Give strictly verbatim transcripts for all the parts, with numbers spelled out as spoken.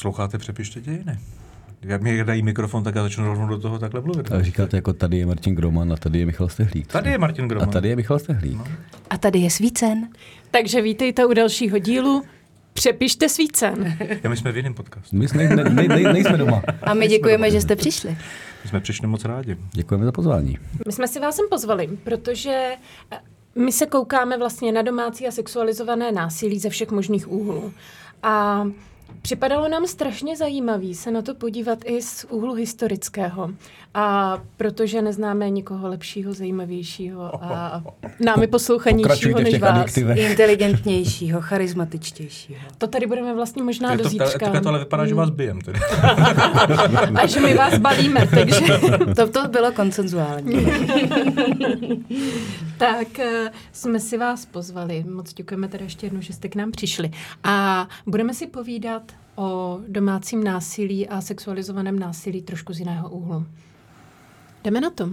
Posloucháte Přepište dějiny. Jak mi dají mikrofon, tak já začnu rovnou do toho takhle mluvit. Ale říkáte, jako tady je Martin Groman a tady je Michal Stehlík. Tady je Martin Groman. A tady je Michal Stehlík. No. A tady je Svícen. Takže vítejte u dalšího dílu Přepište Svícen. Já my jsme v jiném podcastu. My jsme, ne, ne, ne, nejsme doma. A my děkujeme, že jste přišli. My jsme přišli moc rádi. Děkujeme za pozvání. My jsme si vás sem pozvali, protože my se koukáme vlastně na domácí a sexualizované násilí ze všech možných úhlů. A připadalo nám strašně zajímavý se na to podívat i z úhlu historického. A protože neznáme nikoho lepšího, zajímavějšího a námi poslouchanějšího než vás. Inteligentnějšího, charismatičtějšího. To tady budeme vlastně možná do to, zítřka. To, to ale vypadá, že vás bijem. Tedy. A že my vás balíme, takže... To, to bylo konsenzuální. Tak jsme si vás pozvali. Moc děkujeme teda ještě jednou, že jste k nám přišli. A budeme si povídat o domácím násilí a sexualizovaném násilí trošku z jiného úhlu. Jdeme na to.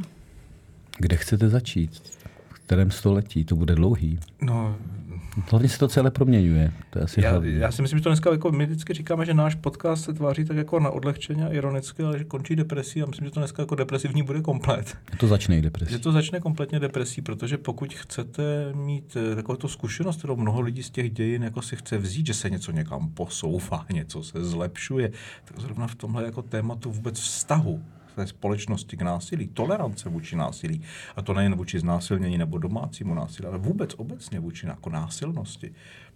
Kde chcete začít? V kterém století? To bude dlouhý. No, hlavně se to celé proměňuje. To je asi já, já si myslím, že to dneska, jako my vždycky říkáme, že náš podcast se tváří tak jako na odlehčeně a ironicky, ale že končí depresí a myslím, že to dneska jako depresivní bude komplet. To začne i depresí. Že to začne kompletně depresí, protože pokud chcete mít takovou zkušenost, kterou mnoho lidí z těch dějin jako si chce vzít, že se něco někam posouvá, něco se zlepšuje, tak zrovna v tomhle jako tématu vůbec vztahu té společnosti k násilí, tolerance vůči násilí, a to nejen vůči znásilnění nebo domácímu násilí, ale vůbec obecně vůči jako násilnosti,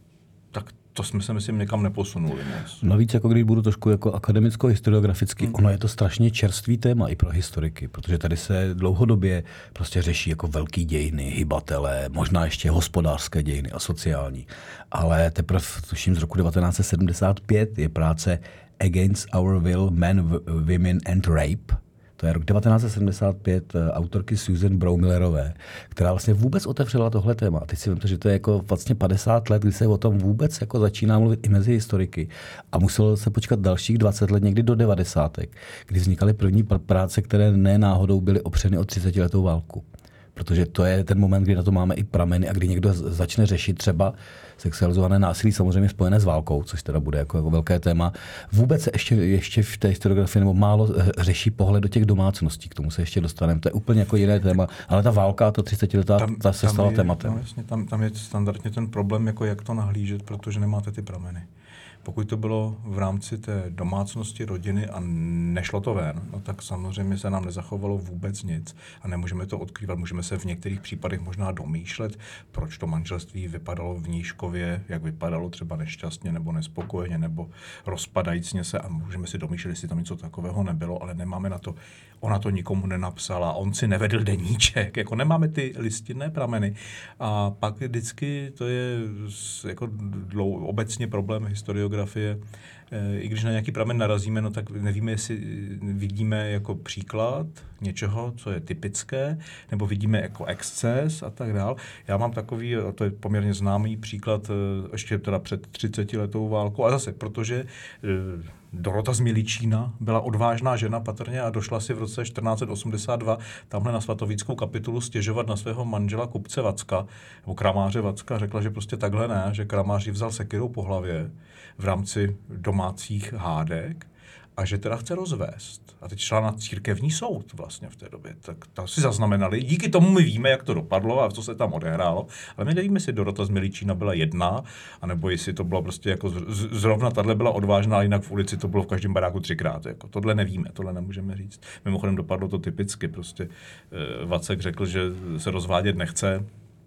tak to jsme se, myslím, někam neposunuli moc. Navíc, jako když budu trošku jako akademicko-historiograficky, mm. ono je to strašně čerstvý téma i pro historiky, protože tady se dlouhodobě prostě řeší jako velký dějiny, hybatelé, možná ještě hospodářské dějiny a sociální. Ale teprve, tuším, z roku devatenáct set sedmdesát pět je práce Against Our Will, Men, Women and Rape. To je rok devatenáct set sedmdesát pět autorky Susan Brown-Millerové, která vlastně vůbec otevřela tohle téma. Teď si vím, že to je jako vlastně padesát let, kdy se o tom vůbec jako začíná mluvit i mezi historiky. A muselo se počkat dalších dvacet let, někdy do devadesátek, kdy vznikaly první práce, které ne náhodou byly opřeny o třicetiletou válku. Protože to je ten moment, kdy na to máme i prameny a kdy někdo začne řešit třeba sexualizované násilí, samozřejmě spojené s válkou, což teda bude jako, jako velké téma. Vůbec se ještě, ještě v té historiografii nebo málo řeší pohled do těch domácností, k tomu se ještě dostaneme. To je úplně jako jiné téma, ale ta válka, to třicetiletá, tam, ta se stala je, tématem. No, jasně, tam, tam je standardně ten problém, jako jak to nahlížet, protože nemáte ty prameny. Pokud to bylo v rámci té domácnosti, rodiny a nešlo to ven, no tak samozřejmě se nám nezachovalo vůbec nic a nemůžeme to odkrývat. Můžeme se v některých případech možná domýšlet, proč to manželství vypadalo v Nížkově, jak vypadalo třeba nešťastně nebo nespokojeně nebo rozpadajícně se a můžeme si domýšlet, jestli tam něco takového nebylo, ale nemáme na to. Ona to nikomu nenapsala, on si nevedl deníček, jako nemáme ty listinné prameny. A pak vždycky to je jako dlou, obecně problém historiografie. I když na nějaký pramen narazíme, no tak nevíme, jestli vidíme jako příklad něčeho, co je typické, nebo vidíme jako exces a tak dál. Já mám takový, a to je poměrně známý příklad ještě teda před třicetiletou válkou, a zase, protože Dorota z Miličína byla odvážná žena patrně a došla si v roce čtrnáct set osmdesát dva tamhle na Svatovíckou kapitulu stěžovat na svého manžela kupce Vacka, nebo kramáře Vacka, řekla, že prostě takhle ne, že kramář ji vzal sekyrou po hlavě v rámci domácích hádek a že teda chce rozvést. A teď šla na církevní soud vlastně v té době. Tak to si zaznamenali. Díky tomu my víme, jak to dopadlo a co se tam odehrálo. Ale my nevíme, jestli Dorota z Miličína byla jedna, anebo jestli to bylo prostě jako z, zrovna tahle byla odvážná, ale jinak v ulici to bylo v každém baráku třikrát. Jako tohle nevíme, tohle nemůžeme říct. Mimochodem dopadlo to typicky. Prostě e, Vacek řekl, že se rozvádět nechce.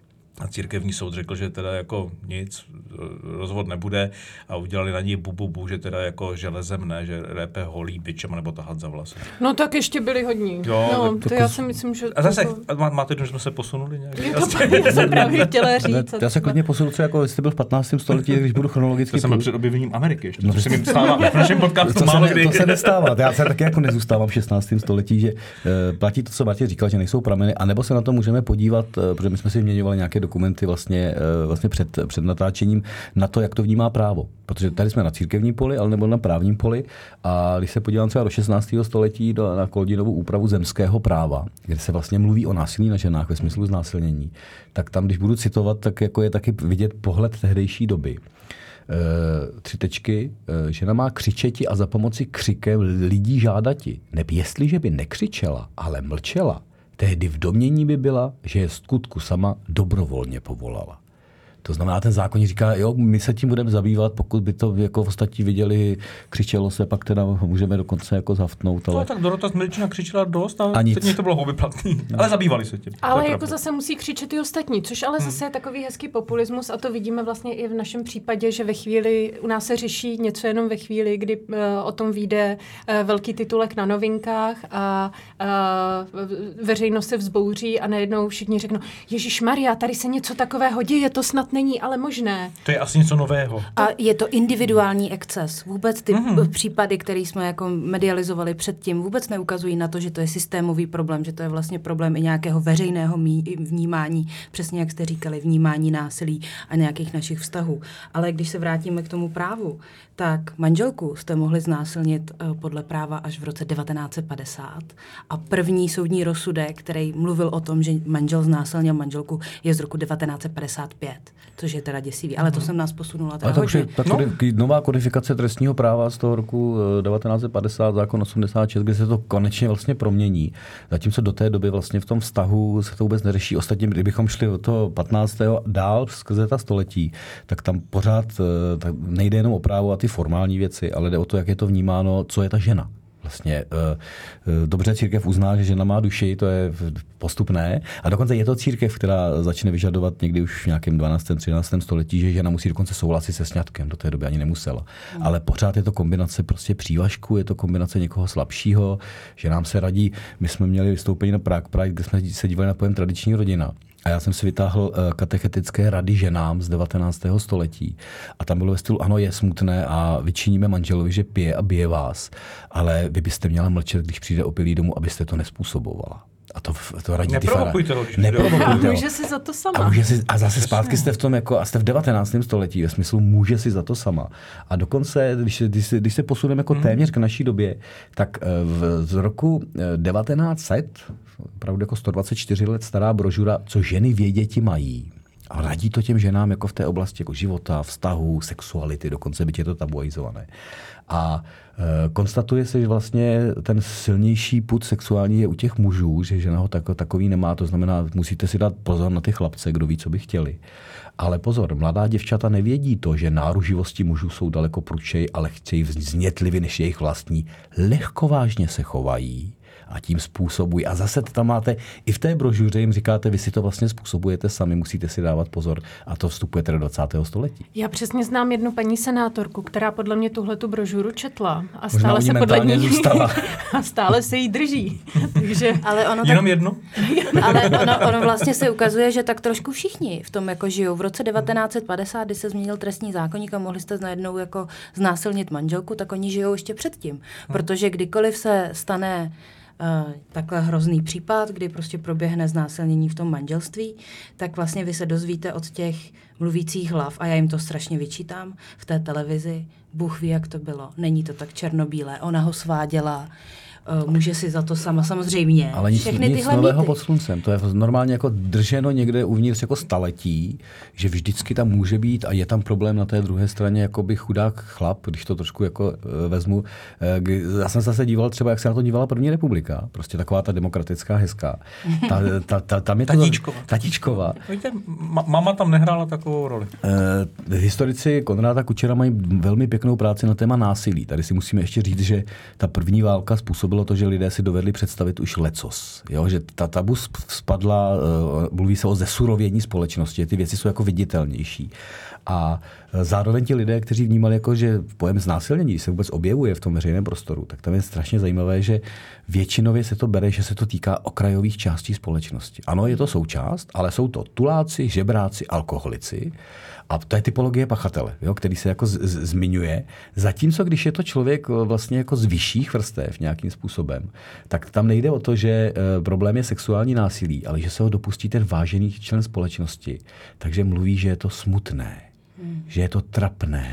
A církevní soud řekl, že teda jako nic, rozvod nebude a udělali na ní bubu, bu, že teda jako železem ne, že lépe holí bičem nebo tahat za vlasy. No tak ještě byli hodní. Jo, no, to, to já si myslím, že... A zase, to... má, máte, že jsme se posunuli nějak? Já, to, já jsem právě chtěla říct. Já se klidně posunu, co jako jste byl v patnáctém století, když budu chronologicky... To jsem byl před objevením Ameriky ještě, no, to se mi stává v našem podcastu to málo se, kdy. To se nestává, já se taky jako nezůstávám v šestnáctém století, že uh, platí to, co Martin říkal, že nejsou prameny, anebo se na to můžeme podívat, uh, protože my jsme si vyměňovali nějaké dokumenty vlastně vlastně před, před natáčením na to, jak to vnímá právo. Protože tady jsme na církevním poli, ale nebo na právním poli. A když se podívám třeba do šestnáctého století do, na Koldinovou úpravu zemského práva, kde se vlastně mluví o násilí na ženách ve smyslu znásilnění, tak tam, když budu citovat, tak jako je taky vidět pohled tehdejší doby. tři tečky, žena má křičeti a za pomoci křikem lidí žádati. Neb jestliže by nekřičela, ale mlčela, tehdy v domnění by byla, že je skutku sama dobrovolně povolala. To znamená, ten zákonník říká, jo, my se tím budeme zabývat, pokud by to jako ostatní viděli, křičelo se, pak teda můžeme dokonce jako zaftnout. Ale... No, tak Dorota Smilčina křičela dost a, a teď to bylo houbyplatný. No. Ale zabývali se tím. Ale jako pravda. Zase musí křičet i ostatní, což ale hmm. zase je takový hezký populismus a to vidíme vlastně i v našem případě, že ve chvíli, u nás se řeší něco jenom ve chvíli, kdy uh, o tom vyjde uh, velký titulek na novinkách a uh, veřejnost se vzbouří a najednou všichni řeknou, Ježišmarja, tady se něco takového děje, to snad není ale možné. To je asi něco nového. A je to individuální exces. Vůbec ty mm-hmm. případy, které jsme jako medializovali předtím, vůbec neukazují na to, že to je systémový problém, že to je vlastně problém i nějakého veřejného vnímání, přesně jak jste říkali, vnímání násilí a nějakých našich vztahů. Ale když se vrátíme k tomu právu, tak manželku jste mohli znásilnit podle práva až v roce devatenáct set padesát a první soudní rozsudek, který mluvil o tom, že manžel znásilnil manželku, je z roku devatenáct set padesát pět, což je teda děsivý. Ale to jsem nás posunula teda hodně. Je, ta no. nová kodifikace trestního práva z toho roku devatenáct set padesát, zákon osmdesát šest, kde se to konečně vlastně promění. Zatímco do té doby vlastně v tom vztahu se to vůbec neřeší. Ostatně, kdybychom šli od toho patnáctého dál skrze ta století, tak tam pořád tak nejde jenom o právo a ty formální věci, ale jde o to, jak je to vnímáno, co je ta žena. Vlastně dobře církev uzná, že žena má duši, to je postupné. A dokonce je to církev, která začne vyžadovat někdy už v nějakém dvanáctém třináctém století, že žena musí dokonce souhlasit se sňatkem. Do té doby ani nemusela. Mm. Ale pořád je to kombinace prostě přívažku, je to kombinace někoho slabšího, že nám se radí. My jsme měli vystoupení na Prague Pride, kde jsme se dívali na pojem tradiční rodina. A já jsem si vytáhl katechetické rady ženám z devatenáctého století. A tam bylo ve stylu, ano, je smutné a vyčiníme manželovi, že pije a bije vás, ale vy byste měla mlčet, když přijde opilý domů, abyste to nespůsobovala. A to, to radí ty fara. Neprovokujte ho. A může si za to sama. A, může si, a zase zpátky jste v tom jako, a jste v devatenáctém století, ve smyslu může si za to sama. A dokonce, když, když, když se posuneme jako hmm. téměř k naší době, tak v, z roku devatenáct set, opravdu jako sto dvacet čtyři let stará brožura, co ženy věděti mají. A radí to těm ženám jako v té oblasti jako života, vztahu, sexuality, dokonce byť je to tabuizované. A e, konstatuje se, že vlastně ten silnější pud sexuální je u těch mužů, že žena ho tak, takový nemá, to znamená, musíte si dát pozor na ty chlapce, kdo ví, co by chtěli. Ale pozor, mladá děvčata nevědí to, že náruživosti mužů jsou daleko prudčej a lehčej vznětlivě než jejich vlastní. Lehkovážně se chovají a tím způsobují. A zase tam máte, i v té brožuře jim říkáte, vy si to vlastně způsobujete sami, musíte si dávat pozor a to vstupujete do dvacátého století. Já přesně znám jednu paní senátorku, která podle mě tuhletu brožuru četla a stále se podle ní a stále se jí drží. Takže... Ale ono tak... Jenom jedno? Ale ono, ono vlastně se ukazuje, že tak trošku všichni v tom jako žijou. V roce devatenáct set padesát, kdy se změnil trestní zákoník a mohli jste najednou jako znásilnit manželku, tak oni žijou ještě předtím. Protože kdykoliv se stane Uh, takhle hrozný případ, kdy prostě proběhne znásilnění v tom manželství, tak vlastně vy se dozvíte od těch mluvících hlav, a já jim to strašně vyčítám, v té televizi, Bůh ví, jak to bylo. Není to tak černobílé. Ona ho sváděla, uh, může si za to sama, samozřejmě. Ale nic, nic nového pod sluncem. To je normálně jako drženo někde uvnitř jako staletí, že vždycky tam může být a je tam problém na té druhé straně jakoby chudák chlap, když to trošku jako uh, vezmu. Uh, já jsem zase díval třeba, jak se na to dívala první republika. Prostě taková ta demokratická, hezká. Ta, ta, ta, tam je to Tatíčková. Tatíčková. Víte, ma- mama tam nehrála takovou roli. Uh, historici Konráda Kučera mají velmi pěknou práci na téma násilí. Tady si musíme ještě říct, že ta první válka způsobila to, že lidé si dovedli představit už lecos. Jo? Že ta tabu spadla, uh, mluví se o zesurovění společnosti, ty věci jsou jako viditelnější. A zároveň ti lidé, kteří vnímali, jako, že pojem znásilnění se vůbec objevuje v tom veřejném prostoru, tak tam je strašně zajímavé, že většinově se to bere, že se to týká okrajových částí společnosti. Ano, je to součást, ale jsou to tuláci, žebráci, alkoholici. A to je typologie pachatele, jo, který se jako z, z, zmiňuje. Zatímco, když je to člověk vlastně jako z vyšších vrstev nějakým způsobem, tak tam nejde o to, že e, problém je sexuální násilí, ale že se ho dopustí ten vážený člen společnosti. Takže mluví, že je to smutné, hmm. že je to trapné,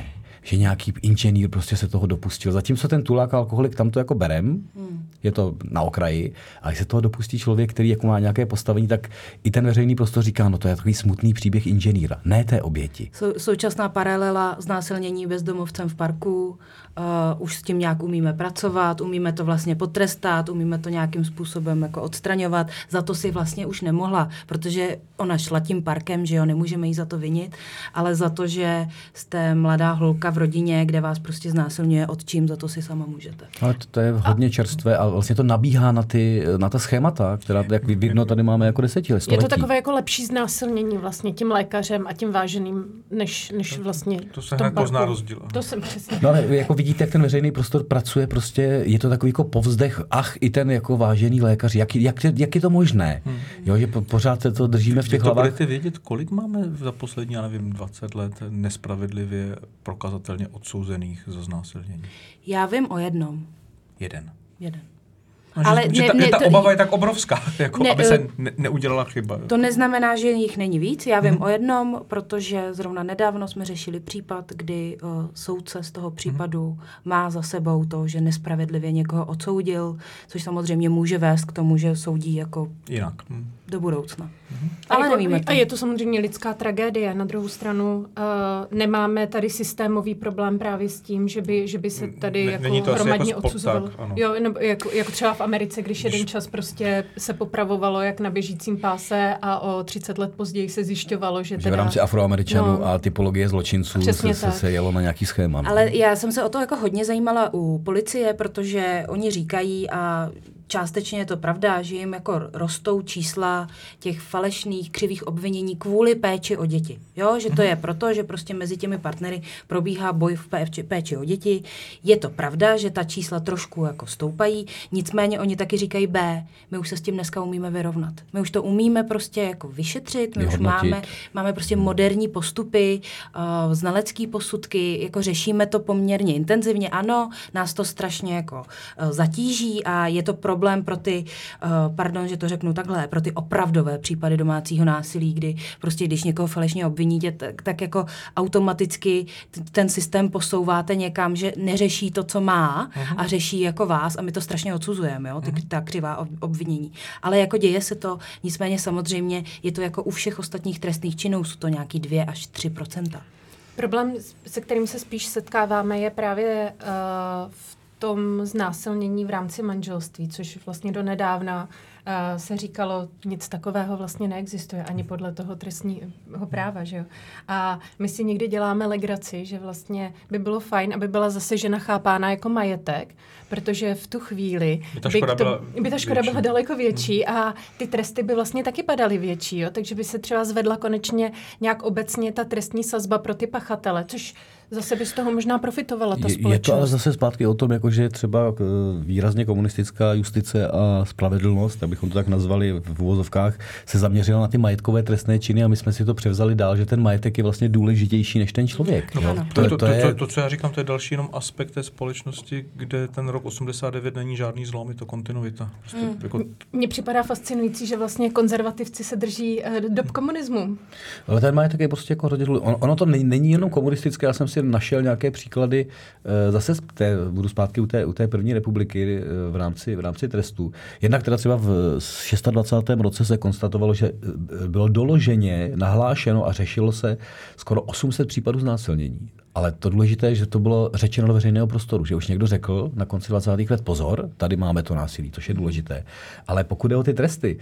že nějaký inženýr prostě se toho dopustil. Zatímco ten tulák alkoholik tam to jako berem, hmm. je to na okraji, a když se toho dopustí člověk, který jako má nějaké postavení, tak i ten veřejný prostor říká, no to je takový smutný příběh inženýra, ne té oběti. Sou, současná paralela znásilnění bezdomovcem v parku, uh, už s tím nějak umíme pracovat, umíme to vlastně potrestat, umíme to nějakým způsobem jako odstraňovat. Za to si vlastně už nemohla, protože ona šla tím parkem, že jo, nemůžeme jí za to vinit, ale za to, že jste mladá holka v rodině, kde vás prostě znásilňuje otčím, za to si sama můžete. Ale to, to je hodně čerstvé a vlastně to nabíhá na, ty, na ta schémata, která, jak vidno, tady máme jako desetiletí. Je to takové jako lepší znásilnění vlastně tím lékařem a tím váženým, než, než vlastně to, to se hned pozná rozdíl. To jsem přesně. No ale jako vidíte, jak ten veřejný prostor pracuje, prostě je to takový jako povzdech, ach, i ten jako vážený lékař, jak, jak, jak je to možné? Hmm. Jo, že po, pořád se to držíme v těch to hlavách. budete vědět, kolik máme za poslední, já nevím, dvacet let nespravedlivě prokazatelně odsouzených za znásilnění? Já vím o jednom. Jeden. Jeden. No, ale že, ne, ta, ne, ta to, obava je tak obrovská, jako, ne, aby se ne, neudělala chyba. To neznamená, že jich není víc. Já vím hmm. o jednom, protože zrovna nedávno jsme řešili případ, kdy uh, soudce z toho případu hmm. má za sebou to, že nespravedlivě někoho odsoudil, což samozřejmě může vést k tomu, že soudí jako jinak. Hmm. do budoucna. Hmm. Ale jako, nevíme to. A je to samozřejmě lidská tragédie. Na druhou stranu uh, nemáme tady systémový problém právě s tím, že by, že by se tady ne, jako hromadně jako odsuzovalo. Jo, nebo jako, jako třeba v Americe, když jeden čas prostě se popravovalo jak na běžícím páse a o třicet let později se zjišťovalo, že, že teda... v rámci Afroameričanů no, a typologie zločinců se, se, se jelo na nějaký schéma. Ale já jsem se o to jako hodně zajímala u policie, protože oni říkají a částečně je to pravda, že jim jako rostou čísla těch falešných, křivých obvinění kvůli péči o děti. Jo, že to je proto, že prostě mezi těmi partnery probíhá boj v péči, péči o děti. Je to pravda, že ta čísla trošku jako stoupají, nicméně oni taky říkají B, my už se s tím dneska umíme vyrovnat. My už to umíme prostě jako vyšetřit, my vyhodnotit. už máme, máme prostě moderní postupy, uh, znalecký posudky, jako řešíme to poměrně intenzivně. Ano, nás to strašně jako uh, zatíží a je to problém problém pro ty, uh, pardon, že to řeknu takhle, pro ty opravdové případy domácího násilí, kdy prostě když někoho falešně obviníte, tak, tak jako automaticky t- ten systém posouváte někam, že neřeší to, co má uh-huh. a řeší jako vás a my to strašně odsuzujeme, jo, ty, uh-huh. ta křivá obvinění. Ale jako děje se to, nicméně samozřejmě je to jako u všech ostatních trestných činů, jsou to nějaký dvě až tři procenta. Problém, se kterým se spíš setkáváme, je právě uh, v tom znásilnění v rámci manželství, což vlastně do nedávna uh, se říkalo, nic takového vlastně neexistuje, ani podle toho trestního práva, že jo. A my si někdy děláme legraci, že vlastně by bylo fajn, aby byla zase žena chápána jako majetek, protože v tu chvíli by ta škoda, by to, byla, by ta škoda byla daleko větší a ty tresty by vlastně taky padaly větší, jo? Takže by se třeba zvedla konečně nějak obecně ta trestní sazba pro ty pachatele, což zase by z toho možná profitovala ta společnost. Je to ale zase zpátky o tom, jakože třeba výrazně komunistická justice a spravedlnost, abychom to tak nazvali v uvozovkách, se zaměřila na ty majetkové trestné činy a my jsme si to převzali dál, že ten majetek je vlastně důležitější než ten člověk. No, to, to, to, to, to, to, co já říkám, to je další jenom aspekt té společnosti, kde ten rok osmdesát devět není žádný zlom, je to kontinuita. Prostě mm. jako... Mně připadá fascinující, že vlastně konzervativci se drží uh, dob komunismu. Ale ten majetek je prostě jako hodně důležitý. On, ono to není, není jenom komunistické, já jsem si našel nějaké příklady, zase té, budu zpátky u té, u té první republiky v rámci, v rámci trestů. Jednak teda třeba v dvacátém šestém roce se konstatovalo, že bylo doloženě nahlášeno a řešilo se skoro osm set případů znásilnění. Ale to důležité je, že to bylo řečeno do veřejného prostoru, že už někdo řekl na konci dvacátých let pozor, tady máme to násilí, což je důležité. Ale pokud jde o ty tresty,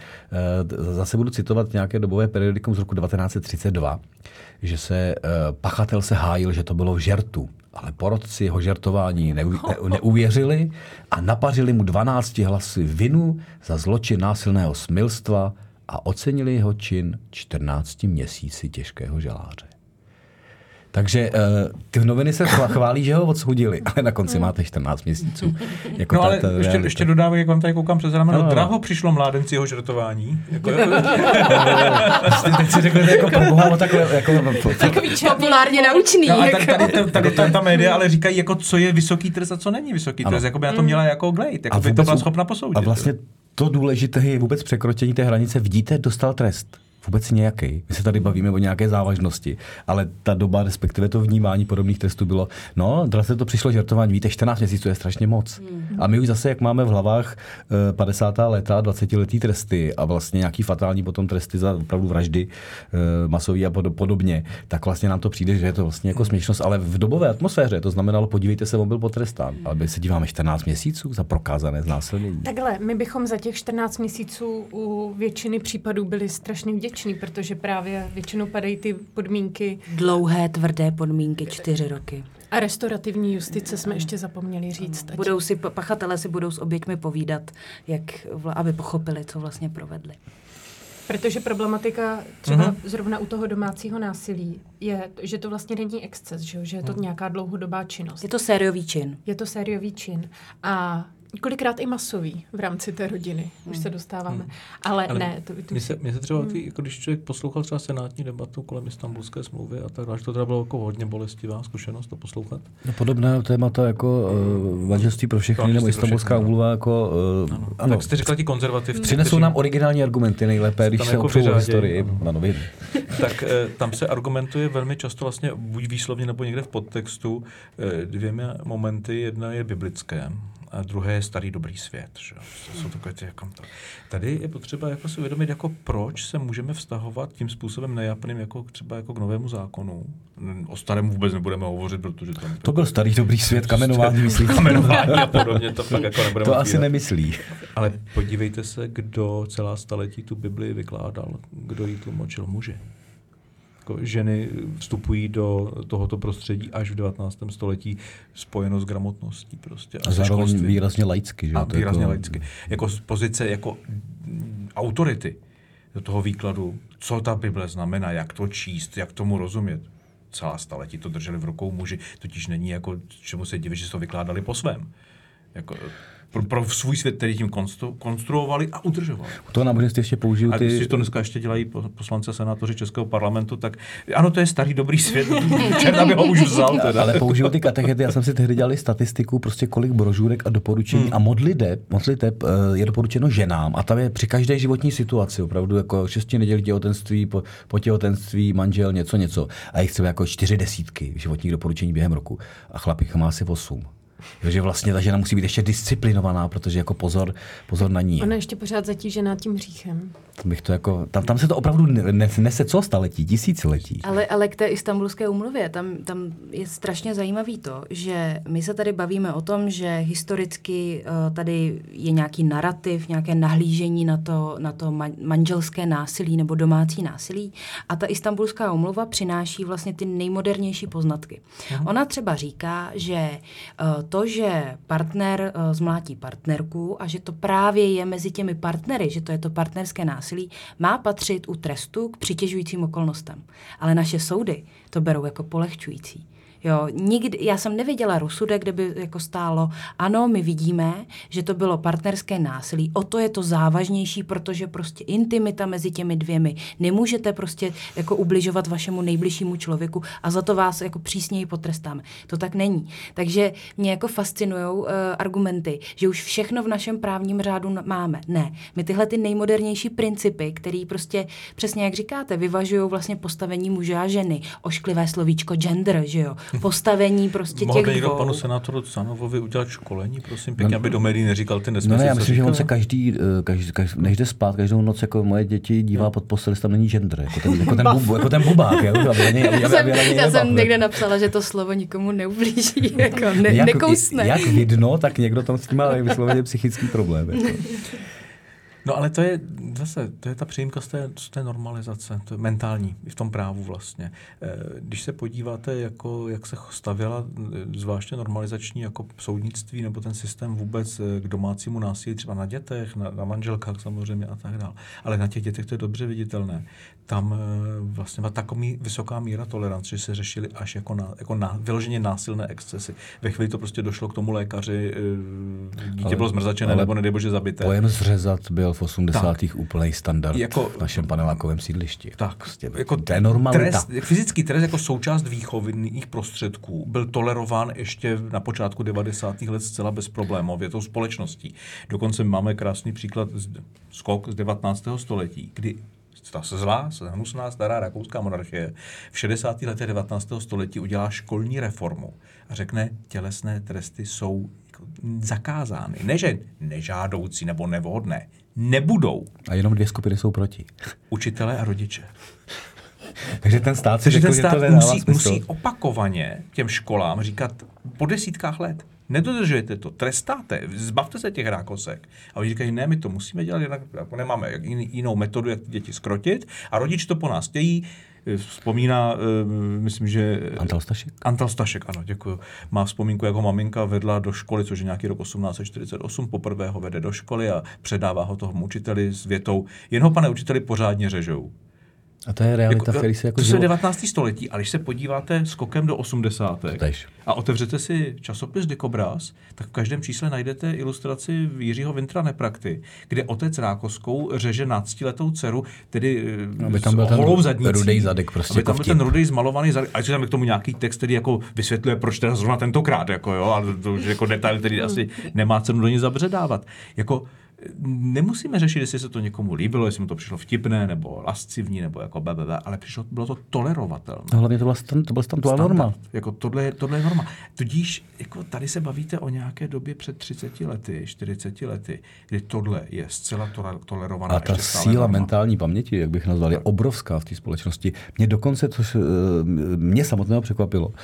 zase budu citovat nějaké dobové periodikum z roku devatenáct set třicet dva, že se pachatel se hájil, že to bylo v žertu. Ale porotci jeho žertování neu, neuvěřili a napařili mu dvanácti hlasy vinu za zločin násilného smilstva a ocenili jeho čin čtrnácti měsíci těžkého žaláře. Takže uh, ty noviny se chválí, že ho odsoudili, ale na konci máte čtrnáct měsíců. Jako no ta, ale ta, ještě, ta, ještě dodávají, jak vám tady koukám přes rameno, no, draho přišlo mládenci jeho žertování. Jako, teď si řeknete jako proboha, takhle jako... Takový populárně naučný. No a tady, tady, tady, tady ta, ta média ale říkají, jako, co je vysoký trest a co není vysoký trest. Jako by na to měla jako glejt, jako by to byla schopna posoudit. A vlastně to důležité je vůbec překročení té hranice. Vidíte, dostal trest. Vůbec nějaký. My se tady bavíme o nějaké závažnosti, ale ta doba, respektive to vnímání podobných trestů bylo, no, zase to přišlo žertování, víte, čtrnáct měsíců je strašně moc. Hmm. A my už zase, jak máme v hlavách padesátá léta, dvacetiletý tresty a vlastně nějaký fatální potom tresty za opravdu vraždy masový a podobně, tak vlastně nám to přijde, že je to vlastně jako směšnost, ale v dobové atmosféře to znamenalo, podívejte se, on byl potrestán, ale my se díváme čtrnáct měsíců za prokázané znásilnění. Takhle, my bychom za těch čtrnáct měsíců u většiny případů byli strašně vděční, protože právě většinou padají ty podmínky. Dlouhé, tvrdé podmínky, čtyři roky. A restaurativní justice jsme ještě zapomněli říct. Budou si, pachatelé si budou s oběťmi povídat, jak, aby pochopili, co vlastně provedli. Protože problematika třeba mm-hmm. zrovna u toho domácího násilí je, že to vlastně není exces, že, že je to nějaká dlouhodobá činnost. Je to sériový čin. Je to sériový čin. A kolikrát i masový v rámci té rodiny. Už se dostáváme. Hmm. Ale, Ale ne. To, to mě, se, mě se třeba, ty, jako když člověk poslouchal třeba senátní debatu kolem Istanbulské smlouvy a tak dále, že to teda bylo jako hodně bolestivá zkušenost to poslouchat. No, podobné témata jako uh, manželství pro všechny nebo Istanbulská úmluva jako... Uh, ano. Ano. Tak jste říkal ti konzervativci. Přinesou kteří... nám originální argumenty nejlépe, když se jako opřou o historii na noviny. Tak eh, tam se argumentuje velmi často vlastně buď výslovně nebo někde v podtextu eh, dvěma momenty. Jedna je biblické a druhé je starý dobrý svět. Že? To jsou takové ty, jako to. Tady je potřeba jako si uvědomit, jako proč se můžeme vztahovat tím způsobem nejapným jako třeba jako k novému zákonu. O starému vůbec nebudeme hovořit, protože tam... To byl starý dobrý svět, kamenování, myslím. Kamenování a podobně, to fakt jako nebudeme To asi otvírat. nemyslí. Ale podívejte se, kdo celá staletí tu Bibli vykládal, kdo ji tlumočil, muži. Ženy vstupují do tohoto prostředí až v devatenáctém století spojeno s gramotností prostě. A zároveň výrazně laicky. Že? A to výrazně jako... laicky. Jako z pozice jako autority do toho výkladu, co ta Bible znamená, jak to číst, jak tomu rozumět. Celá staletí to drželi v rukou muži, totiž není jako, čemu se diví, že se to vykládali po svém. Jako, pro, pro svůj svět, který tím konstru, konstruovali a udržovali. U toho náboženství ještě použiju ty... A když to dneska ještě dělají poslanci a senátoři Českého parlamentu, tak ano, to je starý dobrý svět, čerta by ho už vzal. Teda. Ale použiju ty katechety, já jsem si tehdy dělali statistiku, prostě kolik brožurek a doporučení hmm. a modliteb, modliteb je doporučeno ženám a tam je při každé životní situaci, opravdu jako šesti nedělí těhotenství, po, po těhotenství, manžel, něco, něco. A jich třeba jako čtyři desítky životních doporučení během roku a chlapík má asi osm. Takže vlastně ta žena musí být ještě disciplinovaná, protože jako pozor, pozor na ní. Ona ještě pořád zatížená tím hříchem. Bych to jako, tam, tam se to opravdu nese co staletí, tisíciletí. Ale, ale k té Istanbulské úmluvě, tam, tam je strašně zajímavý to, že my se tady bavíme o tom, že historicky uh, tady je nějaký narrativ, nějaké nahlížení na to, na to manželské násilí nebo domácí násilí a ta Istanbulská úmluva přináší vlastně ty nejmodernější poznatky. Aha. Ona třeba říká, že uh, to, že partner uh, zmlátí partnerku a že to právě je mezi těmi partnery, že to je to partnerské násilí, má patřit u trestu k přitěžujícím okolnostem. Ale naše soudy to berou jako polehčující. Jo, nikdy, já jsem neviděla rozsudek, kde by jako stálo, ano, my vidíme, že to bylo partnerské násilí, o to je to závažnější, protože prostě intimita mezi těmi dvěmi, nemůžete prostě jako ubližovat vašemu nejbližšímu člověku a za to vás jako přísněji potrestáme. To tak není. Takže mě jako fascinujou uh, argumenty, že už všechno v našem právním řádu máme. Ne, my tyhle ty nejmodernější principy, který prostě přesně jak říkáte, vyvažují vlastně postavení muže a ženy, ošklivé slovíčko gender, že jo, postavení prostě Mohl těch by někdo dvou. panu senátoru Canovovi udělat školení, prosím, pěkně, no, aby do médií neříkal ty nesmysly. No ne, já myslím, že on se každý, každý, každý, než jde spát, každou noc jako moje děti dívá no. pod postel, tam není gender, jako ten, jako ten, bub, jako ten bubák. Jo? Aby, aby, aby, já jsem, aby, aby já jsem někde napsala, že to slovo nikomu neublíží, jako ne, jak, nekousne. Jak vidno, tak někdo tam s tím má vysloveně psychický problém. Jako. No ale to je zase, to je ta přímka z té, z té normalizace, to je mentální, i v tom právu vlastně. Když se podíváte, jako, jak se stavěla zvláště normalizační jako soudnictví nebo ten systém vůbec k domácímu násilí, třeba na dětech, na, na manželkách samozřejmě a tak dále. Ale na těch dětech to je dobře viditelné. Tam vlastně byla taková vysoká míra tolerance, že se řešily až jako, na, jako na, vyloženě násilné excesy. Ve chvíli to prostě došlo k tomu lékaři, dítě ale, bylo zmrzačené nebo nedej bože zabité. Pojem zřezat byl v osmdesátých úplný standard jako, v našem panelákovém sídlišti. Tak, prostě, jako to je normalita. Trest, fyzický trest jako součást výchovných prostředků byl tolerován ještě na počátku devadesátých let zcela bezproblémově tou společností. Dokonce máme krásný příklad z, skok z devatenáctého století, kdy ta zlá, hnusná, stará rakouská monarchie v šedesátých letech devatenáctého století udělá školní reformu a řekne, tělesné tresty jsou jako zakázány. Ne, že nežádoucí nebo nevhodné. Nebudou. A jenom dvě skupiny jsou proti. Učitelé a rodiče. Takže ten stát si Takže řekl, ten že stát to nedává musí, smysl. musí opakovaně těm školám říkat po desítkách let, nedodržujete to, trestáte, zbavte se těch rákosek. A oni říkají, ne, my to musíme dělat, jinak nemáme jinou metodu, jak ty děti skrotit. A rodič to po nás chtějí. Vzpomíná, myslím, že... Antal Stašek? Antal Stašek, ano, děkuji. Má vzpomínku, jak ho maminka vedla do školy, což je nějaký rok osmnáct set čtyřicet osm, poprvé ho vede do školy a předává ho tomu učiteli s větou, jen ho, pane učiteli, pořádně řežou. A to je realita, Jako, který si jako... to je devatenácté století, ale když se podíváte skokem do osmdesátek Tež. a otevřete si časopis Dikobraz, tak v každém čísle najdete ilustraci Jiřího Vintra Neprakty, kde otec rákoskou řeže náctiletou dceru, tedy no, aby tam byl ten holou zadnicí. Rudej zadek, prostě aby jako tam byl vtip. ten rudej zmalovaný zadek. A je tam k tomu nějaký text, který jako vysvětluje, proč teda zrovna tentokrát, jako jo, a to už jako detail, který asi nemá cenu do něj zabředávat. Jako nemusíme řešit, jestli se to někomu líbilo, jestli mu to přišlo vtipné, nebo lascivní, nebo jako blablabla, ale přišlo, bylo to tolerovatelné. No, hlavně to byla, to byla tam Standard. norma. Jako tohle, je, tohle je norma. Tudíž jako tady se bavíte o nějaké době před třiceti lety, čtyřiceti lety, kdy tohle je zcela tolerovaná. A ta síla norma. Mentální paměti, jak bych nazval, je obrovská v té společnosti. Mě dokonce, což mě samotného překvapilo. Uh,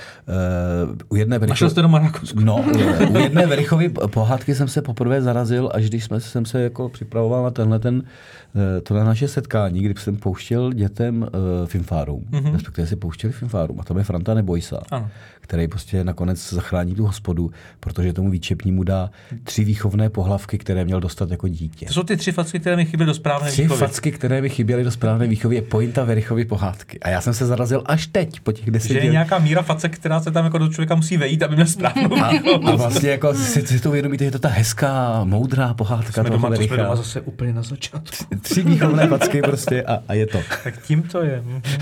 u jedné Verichov... Našel jste doma Rakousko? No, u jedné Verichovy pohádky jsem se poprvé zarazil, až když jsme jsem se jako připravoval na tenhle ten, tohle naše setkání, kdy jsem pouštěl dětem uh, Filmfárum, mm-hmm. respektive si pouštěli Filmfárum, a tam je Franta Nebojsa, ano. který prostě nakonec zachrání tu hospodu, protože tomu výčepnímu dá tři výchovné pohlavky, které měl dostat jako dítě. To jsou ty tři facky, které mi chyběly do správné tři výchovy. Tři facky, které mi chyběly do správné výchovy, je pointa Verichovy pohádky. A já jsem se zarazil až teď, po těch deseti. Že je nějaká míra facek, která se tam jako do člověka musí vejít, aby měl správnou a, a vlastně jako si, si to uvědomíte, že to ta hezká, moudrá pohádka. Jsme doma, to jsme doma zase úplně na začátku. Tři výchovné facky prostě a, a je to. Tak tím to je.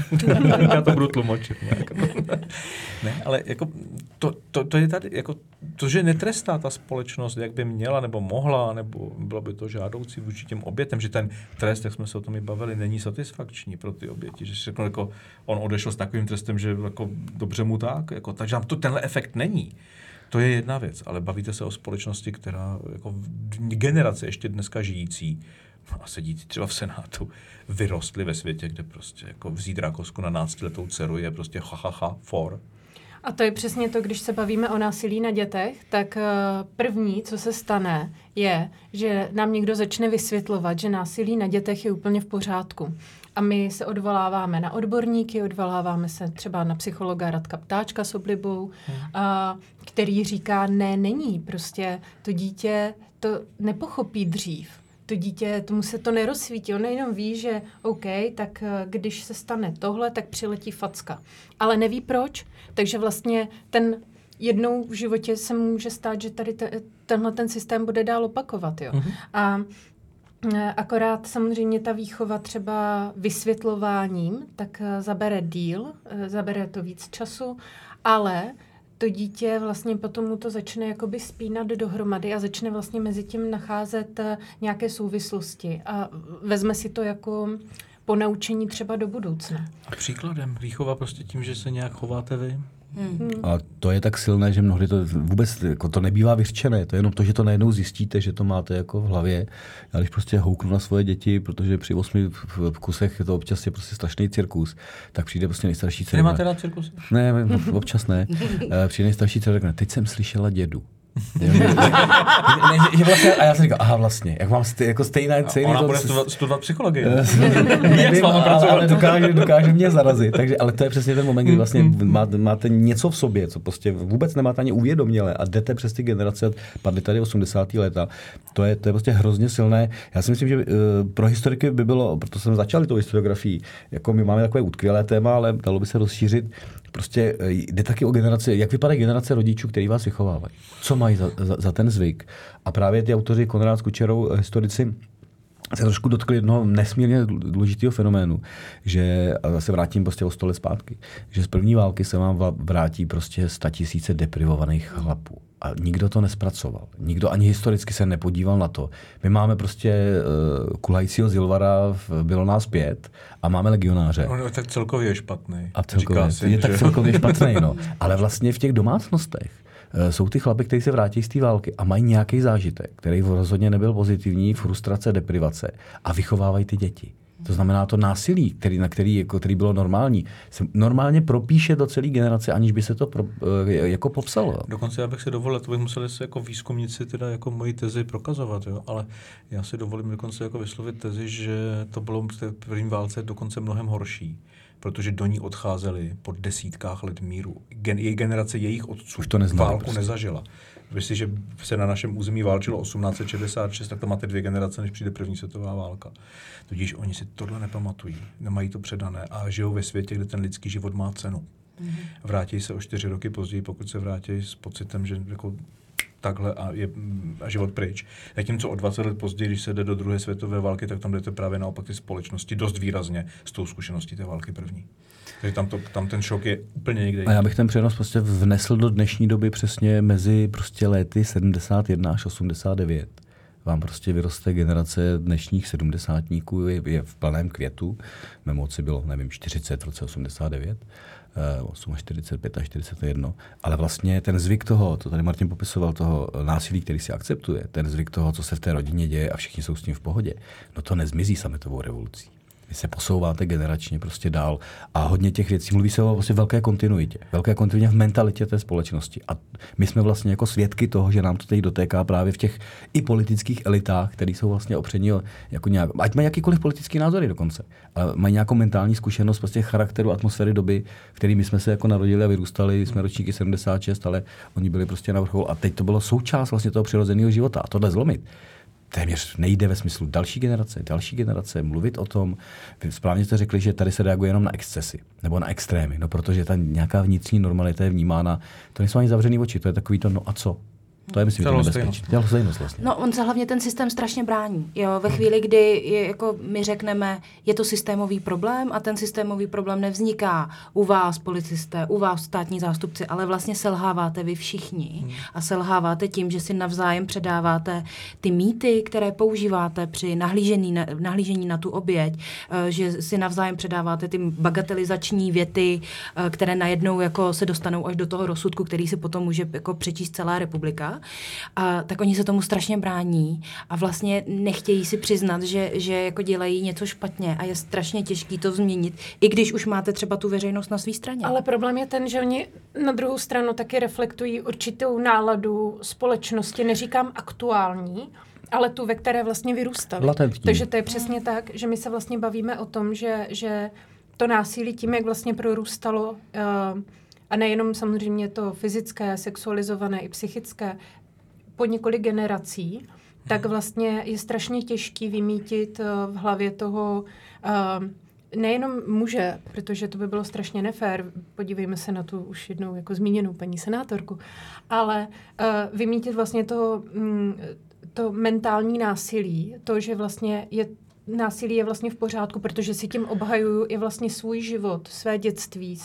Já to budu tlumočit. Ne, ale jako to, to, to je tady, jako to, že netrestá ta společnost, jak by měla nebo mohla, nebo bylo by to žádoucí vůči těm obětem, že ten trest, jak jsme se o tom i bavili, není satisfakční pro ty oběti, že si řekl, jako on odešel s takovým trestem, že jako dobře mu tak, jako, takže tam to, tenhle efekt není. To je jedna věc, ale bavíte se o společnosti, která jako generace ještě dneska žijící a sedící třeba v Senátu, vyrostly ve světě, kde prostě jako vzít rákosku na náctiletou dceru je prostě ha, ha, ha, for. A to je přesně to, když se bavíme o násilí na dětech, tak první, co se stane, je, že nám někdo začne vysvětlovat, že násilí na dětech je úplně v pořádku. A my se odvoláváme na odborníky, odvoláváme se třeba na psychologa Radka Ptáčka s oblibou, hmm. a, který říká, ne, není, prostě to dítě to nepochopí dřív. To dítě, tomu se to nerozsvítí. On jenom ví, že OK, tak když se stane tohle, tak přiletí facka. Ale neví proč. Takže vlastně ten jednou v životě se může stát, že tady te, tenhle ten systém bude dál opakovat. Jo. Mm-hmm. A akorát samozřejmě ta výchova třeba vysvětlováním, tak zabere díl, zabere to víc času, ale to dítě vlastně potom mu to začne jakoby spínat dohromady a začne vlastně mezi tím nacházet nějaké souvislosti a vezme si to jako ponaučení třeba do budoucna. A příkladem výchova prostě tím, že se nějak chováte vy? Hmm. A to je tak silné, že mnohdy to vůbec jako to nebývá vyřčené. To je jenom to, že to najednou zjistíte, že to máte jako v hlavě. Já když prostě houknu na svoje děti, protože při osmi v kusech je to občas je prostě strašný cirkus, tak přijde prostě nejstarší dcera. Nemáte rád cirkusy? Ne, občas ne. Přijde nejstarší dcera, řekne, teď jsem slyšela dědu. A já jsem říkal, aha vlastně, jak mám stej, jako stejná... Stejný ona bude studovat, studovat psychologii. Nevím, ale, ale dokáže, dokáže mě zarazit. Takže, ale to je přesně ten moment, kdy vlastně máte, máte něco v sobě, co prostě vůbec nemáte ani uvědomělé a jdete přes ty generace, padly tady osmdesátá léta. To je, to je prostě hrozně silné. Já si myslím, že uh, pro historiky by bylo, proto jsem začal tou historiografií, jako my máme takové utkvělé téma, ale dalo by se rozšířit. Prostě jde taky o generaci, jak vypadá generace rodičů, který vás vychovávají. Co mají za, za, za ten zvyk. A právě ty autoři Konrád s Kučerou, historici, se trošku dotkli jednoho nesmírně důležitého fenoménu, že, a se vrátím prostě o sto let zpátky, že z první války se vám vrátí prostě statisíce deprivovaných chlapů. A nikdo to nespracoval. Nikdo ani historicky se nepodíval na to. My máme prostě uh, kulajícího Zilvara, bylo nás pět a máme legionáře. On je tak celkově je špatný. A celkově, si, je že... tak celkově špatný, no. Ale vlastně v těch domácnostech uh, jsou ty chlapy, kteří se vrátí z té války a mají nějaký zážitek, který rozhodně nebyl pozitivní, frustrace, deprivace a vychovávají ty děti. To znamená, to násilí, který, na který, jako, který bylo normální, se normálně propíše do celé generace, aniž by se to pro, jako popsalo. Dokonce já bych si dovolil, to bych museli se jako výzkumníci teda jako moji tezi prokazovat, jo? Ale já si dovolím dokonce jako vyslovit tezi, že to bylo v té první válce dokonce mnohem horší, protože do ní odcházeli po desítkách let míru. Gen, její generace jejich otců už to neznali, válku prostě. nezažila. Jestliže se na našem území válčilo osmnáct set šedesát šest, tak to máte dvě generace, než přijde první světová válka. Tudíž oni si tohle nepamatují, nemají to předané a žijou ve světě, kde ten lidský život má cenu. Mm-hmm. Vrátí se o čtyři roky později, pokud se vrátí s pocitem, že jako takhle a je a život pryč. Zatímco o dvacet let později, když se jde do druhé světové války, tak tam jdete právě naopak ty společnosti dost výrazně s tou zkušeností té války první. Takže tam, to, tam ten šok je úplně někde. A já bych ten přenos prostě vnesl do dnešní doby přesně mezi prostě léty sedmdesát jedna až osmdesát devět. Vám prostě vyroste generace dnešních sedmdesátníků, je, je v plném květu. Mé moci bylo, nevím, čtyřicet v roce osmdesát devět, čtyřicet osm, čtyřicet pět, čtyřicet jedna. Ale vlastně ten zvyk toho, to tady Martin popisoval, toho násilí, který si akceptuje, ten zvyk toho, co se v té rodině děje a všichni jsou s tím v pohodě, no to nezmizí sametovou revolucí. Vy se posouváte generačně prostě dál a hodně těch věcí mluví se o vlastně velké kontinuitě. Velké kontinuitě v mentalitě té společnosti. A my jsme vlastně jako svědky toho, že nám to teď dotéká právě v těch i politických elitách, které jsou vlastně opření jako nějak, ať mají jakýkoliv politický názory dokonce, ale mají nějakou mentální zkušenost prostě charakteru, atmosféry doby, v které my jsme se jako narodili a vyrůstali, jsme ročníky sedmdesát šest, ale oni byli prostě na vrcholu a teď to bylo součást vlastně toho přirozeného života. A tohle zlomit téměř nejde ve smyslu další generace, další generace, mluvit o tom. Vy správně jste řekli, že tady se reaguje jenom na excesy nebo na extrémy, no protože ta nějaká vnitřní normalita je vnímána, to nejsou ani zavřený oči, to je takový to, no a co? To je, myslím, to nebezpečné. Dělostejnost vlastně. No, on se hlavně ten systém strašně brání. Jo, ve chvíli, kdy je, jako my řekneme, je to systémový problém a ten systémový problém nevzniká u vás, policisté, u vás, státní zástupci, ale vlastně selháváte vy všichni. Hmm. A selháváte tím, že si navzájem předáváte ty mýty, které používáte při nahlížení na, nahlížení na tu oběť, že si navzájem předáváte ty bagatelizační věty, které najednou jako se dostanou až do toho rozsudku, který si potom může jako přečíst celá republika. A, tak oni se tomu strašně brání a vlastně nechtějí si přiznat, že, že jako dělají něco špatně a je strašně těžký to změnit, i když už máte třeba tu veřejnost na své straně. Ale problém je ten, že oni na druhou stranu taky reflektují určitou náladu společnosti, neříkám aktuální, ale tu, ve které vlastně vyrůstali. Latentní. Takže to je přesně tak, že my se vlastně bavíme o tom, že, že to násilí tím, jak vlastně prorůstalo, uh, a nejenom samozřejmě to fyzické, sexualizované i psychické, po několik generací, hmm. tak vlastně je strašně těžký vymítit v hlavě toho uh, nejenom muže, protože to by bylo strašně nefér, podívejme se na tu už jednou jako zmíněnou paní senátorku, ale uh, vymítit vlastně to, um, to mentální násilí, to, že vlastně je násilí je vlastně v pořádku, protože si tím obhajuju i vlastně svůj život, své dětství,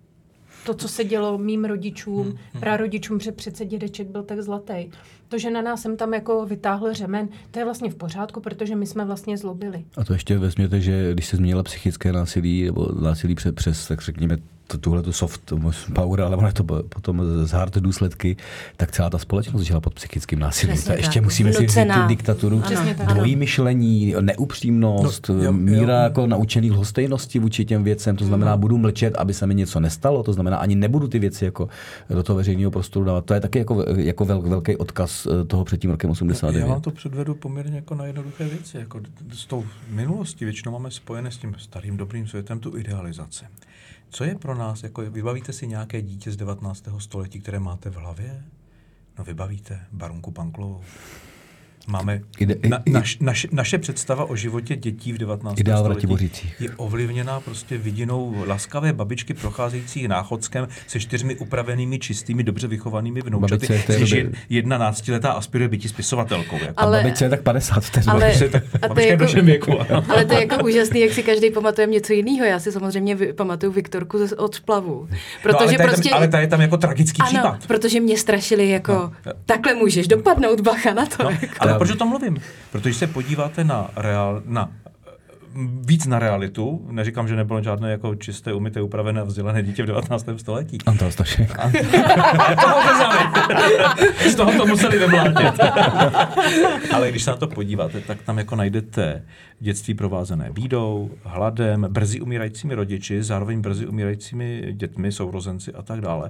to, co se dělo mým rodičům, hmm, hmm. prarodičům, že přece dědeček byl tak zlatý. To, že na nás jsem tam jako vytáhl řemen, to je vlastně v pořádku, protože my jsme vlastně zlobili. A to ještě vezměte, že když se zmínila psychické násilí, nebo násilí přes, přes tak řekněme, tuhle tu soft power, ale ono je to potom z hard důsledky, tak celá ta společnost žila pod psychickým násilím. To ještě musíme si říct tu diktaturu, dvojí myšlení, neupřímnost, no, jo, míra jo. jako naučený lhostejnosti vůči těm věcem, to znamená, hmm. budu mlčet, aby se mi něco nestalo, to znamená, ani nebudu ty věci jako do toho veřejného prostoru dávat. To je taky jako, jako vel, velký odkaz toho před tím rokem osmdesát devět. Já vám to předvedu poměrně jako na jednoduché věci. Jako s tou minulostí většinou máme spojené s tím starým dobrým světem tu idealizaci. Co je pro nás, jako vybavíte si nějaké dítě z devatenáctého století, které máte v hlavě? No vybavíte Barunku Panklovou. Máme Ide, na, naš, naš, naše představa o životě dětí v devatenáctém století je ovlivněná prostě vidinou laskavé babičky procházející náchodskem se čtyřmi upravenými, čistými, dobře vychovanými vnoučaty, když je jedna náctiletá aspiruje býti spisovatelkou. Jako. Ale, a babičce je tak padesát vteřin. Ale, tak, a to je jako, věku, ale to je jako úžasný, jak si každý pamatuje něco jiného. Já si samozřejmě pamatuju Viktorku od Splavu. Protože no, ale, prostě, tam, ale ta je tam jako tragický ano, případ. Protože mě strašili jako, no, takhle můžeš dopadnout, bacha na to. No, jako. Ale proč o tom mluvím? Protože se podíváte na, reál, na víc na realitu, neříkám, že nebylo žádné jako čisté, umyté, upravené a vzdělané dítě v devatenáctém století. Antal Stašek. Toho vzali. Z toho to museli vymlátit. Ale když se na to podíváte, tak tam jako najdete dětství provázené bídou, hladem, brzy umírajícími rodiči, zároveň brzy umírajícími dětmi, sourozenci a tak dále.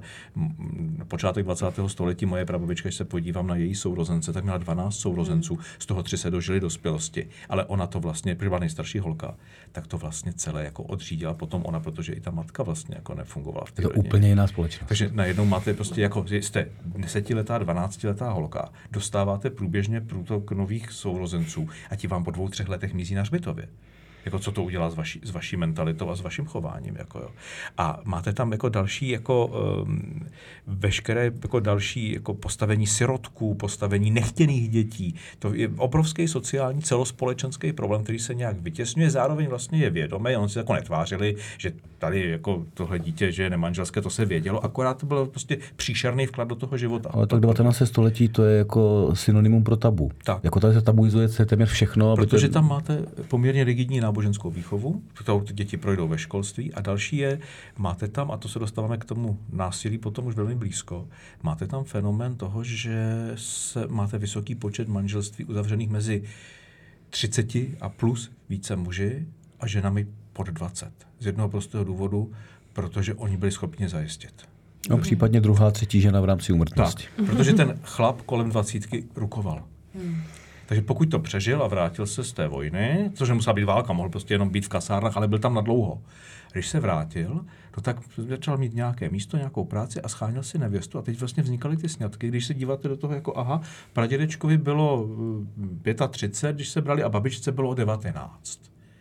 Počátek dvacátého století moje prababička, když se podívám na její sourozence, tak měla dvanáct sourozenců, z toho tři se dožili dospělosti. Ale ona to vlastně, protože byla nejstarší holka, tak to vlastně celé jako odřídila potom ona, protože i ta matka vlastně jako nefungovala v té To rodině. úplně jiná společnost. Takže najednou máte prostě jako, jste desetiletá, dvanáctiletá holka, dostáváte průběžně průtok nových sourozenců a ti vám po dvou, třech letech mizí na hřbitově. Jako co to udělá s vaší, s vaší mentalitou a s vaším chováním. Jako jo. A máte tam jako další jako um, veškeré jako další jako postavení sirotků, postavení nechtěných dětí. To je obrovský sociální celospolečenský problém, který se nějak vytěsňuje, zároveň vlastně je vědomý. On si jako netvářili, že tady jako tohle dítě, že je nemanželské, to se vědělo, akorát to byl prostě příšerný vklad do toho života. Ale tak devatenácté století to je jako synonymum pro tabu. Tak. Jako tady se tabuizuje téměř všechno. Protože to... tam máte poměrně rigidní náboženskou výchovu, kterou ty děti projdou ve školství a další je, máte tam, a to se dostáváme k tomu násilí potom už velmi blízko, máte tam fenomén toho, že se, máte vysoký počet manželství uzavřených mezi třiceti a plus více muži a ženami pod dvacet. Z jednoho prostého důvodu, protože oni byli schopni zajistit. No, případně druhá, třetí žena v rámci úmrtnosti. Tak, protože ten chlap kolem dvacítky rukoval. Hmm. Takže pokud to přežil a vrátil se z té vojny, což nemusela být válka, mohl prostě jenom být v kasárnách, ale byl tam na dlouho. Když se vrátil, to tak začal mít nějaké místo, nějakou práci a scháněl si nevěstu a teď vlastně vznikaly ty sňatky. Když se díváte do toho jako aha, pradědečkovi bylo třicet pět, když se brali a babičce bylo devatenáct.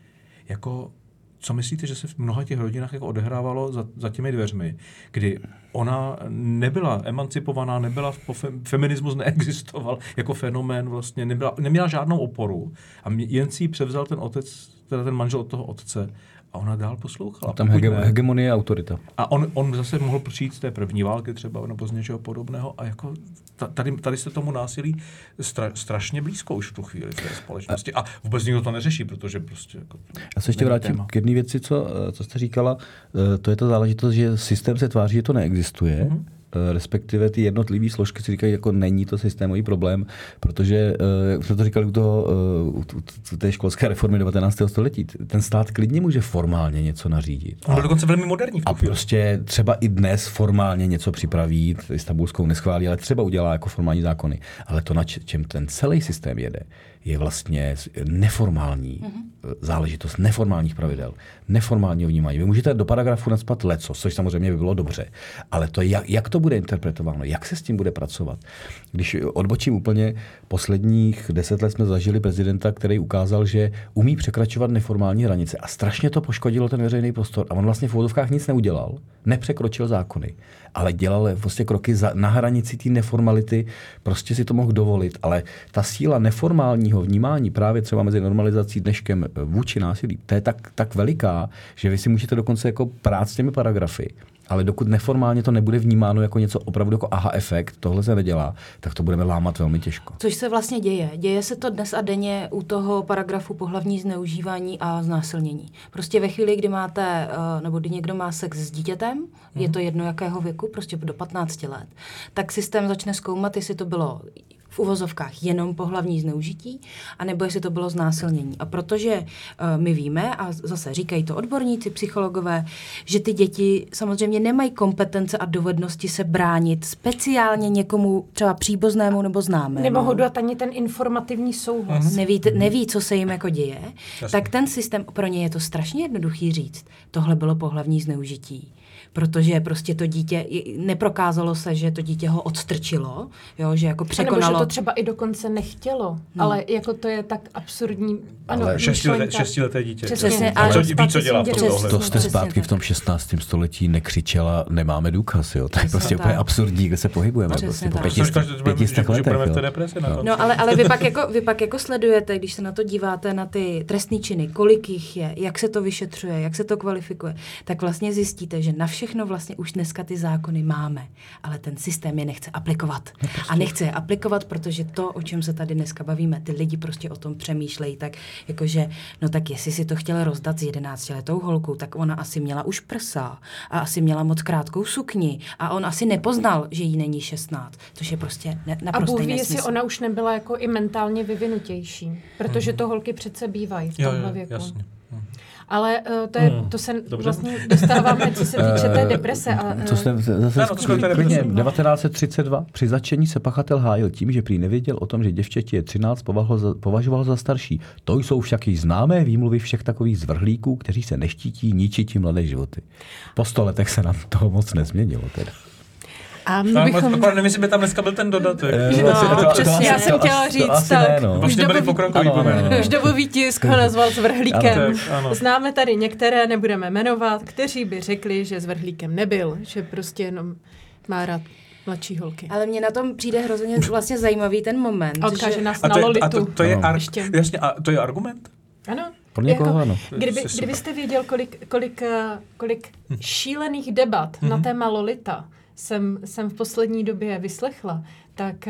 Jako co myslíte, že se v mnoha těch rodinách jako odehrávalo za, za těmi dveřmi, kdy ona nebyla emancipovaná, nebyla, feminismus neexistoval jako fenomén, vlastně nebyla, neměla žádnou oporu a jen si ji převzal ten otec, teda ten manžel od toho otce a ona dál poslouchala. Tam hege, hegemonie a autorita. A on, on zase mohl přijít z té první války třeba nebo z něčeho podobného a jako tady, tady se tomu násilí stra, strašně blízko už v tu chvíli v té společnosti. A vůbec nikdo to neřeší, protože prostě... Jako, já se ještě vrátím téma. K jedné věci, co, co jste říkala. To je ta záležitost, že systém se tváří, že to neexistuje. Mm-hmm. Respektive ty jednotlivé složky si říkají, jako není to systémový problém, protože, jak jsme to říkali u, toho, u té školské reformy devatenáctého století, ten stát klidně může formálně něco nařídit. On byl dokonce velmi moderní v tu A chvíli. prostě třeba i dnes formálně něco připraví, Istanbulskou neschválí, ale třeba udělá jako formální zákony. Ale to, na čem ten celý systém jede, je vlastně neformální mm-hmm. záležitost, neformálních pravidel, neformálního vnímání. Vy můžete do paragrafu nacpat lecos, což samozřejmě by bylo dobře, ale to, jak, jak to bude interpretováno, jak se s tím bude pracovat. Když odbočím úplně, posledních deset let jsme zažili prezidenta, který ukázal, že umí překračovat neformální hranice a strašně to poškodilo ten veřejný prostor. A on vlastně v úvodovkách nic neudělal, nepřekročil zákony, ale dělal vlastně kroky za, na hranici té neformality, prostě si to mohl dovolit, ale ta síla neformálního vnímání právě třeba mezi normalizací dneškem vůči násilí, to je tak, tak veliká, že vy si můžete dokonce jako prát s těmi paragrafy, ale dokud neformálně to nebude vnímáno jako něco opravdu jako aha efekt, tohle se nedělá, tak to budeme lámat velmi těžko. Což se vlastně děje. Děje se to dnes a denně u toho paragrafu pohlavní zneužívání a znásilnění. Prostě ve chvíli, kdy máte, nebo kdy někdo má sex s dítětem, mm. je to jedno jakého věku, prostě do patnácti let, tak systém začne zkoumat, jestli to bylo v uvozovkách jenom pohlavní zneužití, anebo jestli to bylo znásilnění. A protože uh, my víme, a zase říkají to odborníci, psychologové, že ty děti samozřejmě nemají kompetence a dovednosti se bránit speciálně někomu třeba příbuznému nebo známému. Nemohou dát ani ten informativní souhlas. Mm-hmm. Neví, neví, co se jim jako děje. Jasně. Tak ten systém, pro ně je to strašně jednoduchý říct. Tohle bylo pohlavní zneužití. protože prostě to dítě, neprokázalo se, že to dítě ho odstrčilo, jo, že jako překonalo. A nebo že to třeba i dokonce nechtělo, no. ale jako to je tak absurdní. Ano, šestileté, šestileté dítě. Přesně, a co, ví, co dělá v tom to, to jste zpátky v tom šestnáctém století nekřičela, nemáme důkaz, jo. To je prostě úplně absurdní, kde se pohybujeme. Prostě po pětistech letech. No ale, ale vy, pak jako, vy pak jako sledujete, když se na to díváte, na ty trestný činy, kolik jich je, jak se to vyšetřuje, jak se to kvalifikuje, tak vlastně zjistíte, že na všechno vlastně už dneska ty zákony máme, ale ten systém je nechce aplikovat. No, prostě. A nechce je aplikovat, protože to, o čem se tady dneska bavíme, ty lidi prostě o tom přemýšlejí, tak jakože, no tak jestli si to chtěla rozdat s jedenáctiletou holkou, tak ona asi měla už prsa a asi měla moc krátkou sukni a on asi nepoznal, že jí není šestnáct, což je prostě ne, naprostý nesmysl. A Bůh ví, jestli ona už nebyla jako i mentálně vyvinutější, protože to holky přece bývají v tomhle věku. Jasně. Ale uh, to, je, to se Dobře. vlastně dostáváme, co se týče té deprese. A, uh, co jste zase no, klidně, devatenáct set třicet dva při zatčení se pachatel hájil tím, že prý nevěděl o tom, že děvčeti je třináct, považoval za, považoval za starší. To jsou však již známé výmluvy všech takových zvrhlíků, kteří se neštítí ničit mladé životy. Po sto letech se nám toho moc nezměnilo teda. A my bychom... Akorát nevím, jestli by tam dneska byl ten dodatek. No, no, to, přesně, to já jsem chtěla říct, tak ne, no. Už dobový, ano, ano, ano. už dobový tisk ho nazval zvrhlíkem. Známe tady některé, nebudeme jmenovat, kteří by řekli, že zvrhlíkem nebyl, že prostě jenom má rád mladší holky. Ale mně na tom přijde hrozně vlastně zajímavý ten moment. Odkáže že... nás na Lolitu. A to, to, je ar... Jasně, a to je argument? Ano. Pro někoho jako, ano. Kdyby, kdybyste věděl, kolik, kolik, kolik šílených debat mm-hmm. na téma Lolita jsem, jsem v poslední době vyslechla, tak...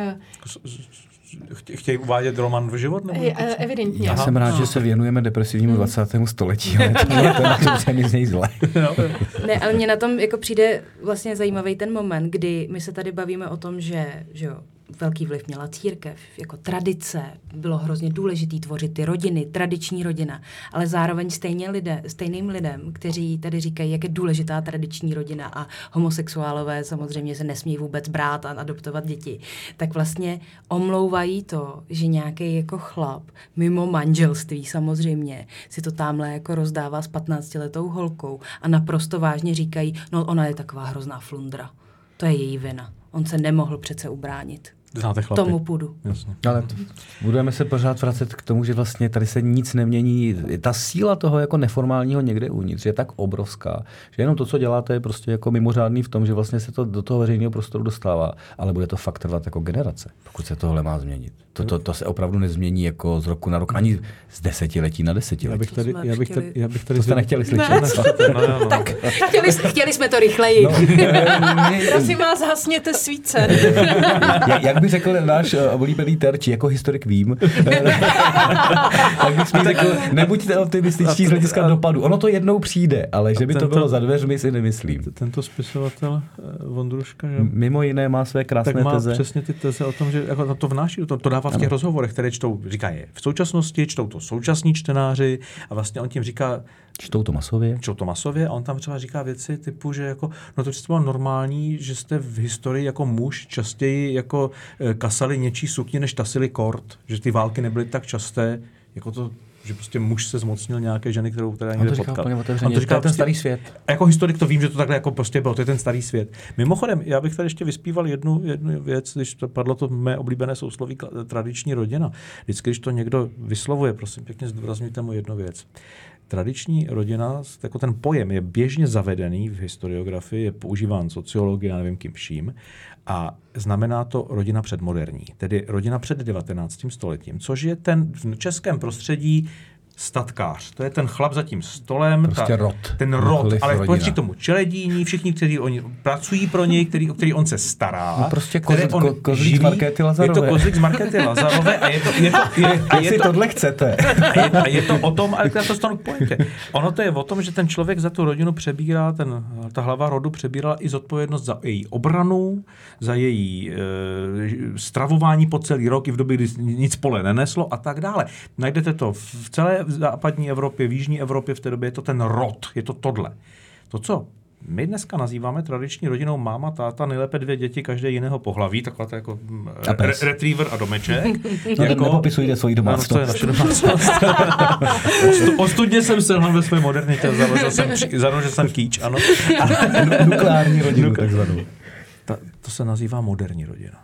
Chtějí uvádět Roman v život? Nebo evidentně. Já Aha. jsem rád, no. že se věnujeme depresivnímu dvacátému století, ale to je mi z něj zle. Ne, ale mně na tom jako přijde vlastně zajímavý ten moment, kdy my se tady bavíme o tom, že, že jo, velký vliv měla církev, jako tradice, bylo hrozně důležitý tvořit ty rodiny, tradiční rodina, ale zároveň stejně lidé, stejným lidem, kteří tady říkají, jak je důležitá tradiční rodina a homosexuálové samozřejmě se nesmí vůbec brát a adoptovat děti, tak vlastně omlouvají to, že nějaký jako chlap mimo manželství samozřejmě si to tamhle jako rozdává s patnáctiletou holkou a naprosto vážně říkají, no ona je taková hrozná flundra. To je její vina. On se nemohl přece ubránit. Znáte chlapy. Tomu půjdu. Jasně. Ale to, budeme se pořád vracet k tomu, že vlastně tady se nic nemění. Ta síla toho jako neformálního někde uvnitř je tak obrovská, že jenom to, co děláte, je prostě jako mimořádný v tom, že vlastně se to do toho veřejného prostoru dostává, ale bude to fakt trvat jako generace, pokud se tohle má změnit. To, to, to se opravdu nezmění jako z roku na rok, ani z desetiletí na desetiletí. Já bych tady, já bych tady, já bych tady to jste nechtěli slyšet. Ne. No, no, no. Tak chtěli, chtěli jsme to rychleji. No, prosím vás, hasněte svíce. Jak by řekl náš oblíbený terč, jako historik vím, tak bych řekl, nebuďte optimističtí z hlediska dopadu. Ono to jednou přijde, ale že by to bylo za dveřmi, si nemyslím. Tento spisovatel Vondruška, že mimo jiné má své krásné tak má teze. Přesně ty teze o tom, že jako to vnáší, to, to dává v těch ano. rozhovorech, které čtou, říká je v současnosti, čtou to současní čtenáři a vlastně on tím říká, Čtou to masově. Čtou to masově a on tam třeba říká věci typu, že jako, no to bylo normální, že jste v historii jako muž častěji jako kasali něčí sukni, než tasili kort, že ty války nebyly tak časté, jako to, že prostě muž se zmocnil nějaké ženy, kterou teda někde potkal. On to říká, to říká ten prostě, starý svět. A jako historik to vím, že to takhle jako prostě bylo, to je ten starý svět. Mimochodem, já bych tady ještě vyspíval jednu, jednu věc, když to padlo to mé oblíbené sousloví tradiční rodina. Vždycky, když to někdo vyslovuje, prosím pěkně zdůrazňujte mu jednu věc. Tradiční rodina, jako ten pojem je běžně zavedený v historiografii, je používán sociologie, já nevím kým vším, a znamená to rodina předmoderní, tedy rodina před devatenáctým stoletím, což je ten v českém prostředí statkář. To je ten chlap za tím stolem. Prostě ta, rod. Ten rod, ale patří k tomu čeledíní, všichni, kteří oni pracují pro něj, který, o který on se stará. No prostě kozl, ko, kozlík z Markéty Lazarové. Je to kozlík z Markéty Lazarové a je to... Je to je, a je to, tohle chcete. A je, a je to o tom, ale já to stanu k pointě. Ono to je o tom, že ten člověk za tu rodinu přebírá, ten, ta hlava rodu přebírala i zodpovědnost za její obranu, za její e, stravování po celý rok i v době, kdy nic pole neneslo a tak dále. Najdete to v celé v západní Evropě, v jižní Evropě v té době je to ten rod, je to tohle. To, co My dneska nazýváme tradiční rodinou máma, táta, nejlépe dvě děti, každé jiného pohlaví, takhle to jako re- retriever a domeček. No jako, nepopisujte svoji domácnost. Ano, to je naše domácnost. Ostudně jsem selhal ve své modernitě, založil jsem, založil jsem kýč, ano. Nukleární rodinu, takzvanou. Ta, to se nazývá moderní rodina.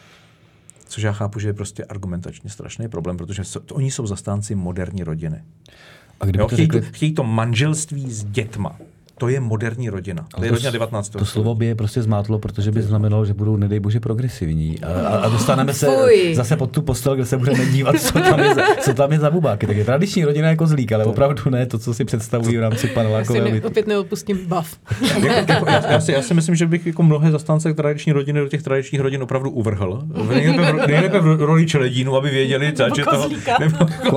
Což já chápu, že je prostě argumentačně strašný problém, protože so, to, oni jsou zastánci moderní rodiny. A kdyby jo, to chtějí, řekli... to, chtějí to manželství s dětma. To je moderní rodina. To, to je rodina devatenáctého To slovo by je prostě zmátlo, protože by znamenalo, že budou, nedej bože, progresivní. A, a, a dostaneme se Fuj. zase pod tu postel, kde se budeme dívat, co tam je za, co tam je za bubáky. Tak je tradiční rodina jako zlík, ale opravdu ne to, co si představují v rámci panelákového Já si bytu. opět neodpustím bav. jako, jako, já, já, si, já si myslím, že bych jako mnohé zastánce tradiční rodiny do těch tradičních rodin opravdu uvrhl. Nejlépe v, nejlépe v roli čeledínů, aby věděli, co že toho... Nebo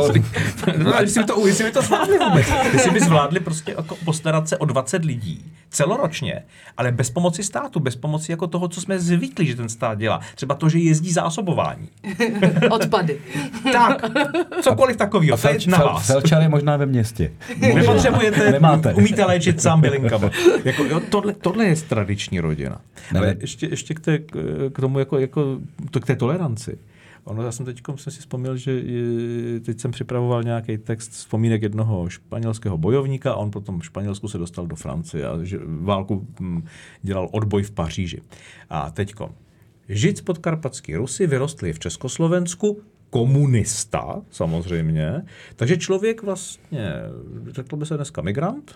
no, jestli by to, jestli by to zvládli vůbec. Jestli by zvládli prostě jako postarat se o dvacet lidí celoročně, ale bez pomoci státu, bez pomoci jako toho, co jsme zvyklí, že ten stát dělá. Třeba to, že jezdí zásobování. Odpady. Tak, cokoliv takového, to je na vás. Felčar je možná ve městě. Nepotřebujete, Nemáte. umíte léčit sám bylinkama. Jako, jo, tohle, tohle je tradiční rodina. Ne, Ale ne. ještě, ještě k, té, k tomu, jako, jako, to, k té toleranci. Ono, já jsem teď jsem si vzpomněl, že je, teď jsem připravoval nějaký text vzpomínek jednoho španělského bojovníka a on potom v Španělsku se dostal do Francie a že válku hm, dělal odboj v Paříži. A teďko. Žid z podkarpatský Rusy vyrostli v Československu, komunista samozřejmě, takže člověk vlastně, řekl by se dneska migrant,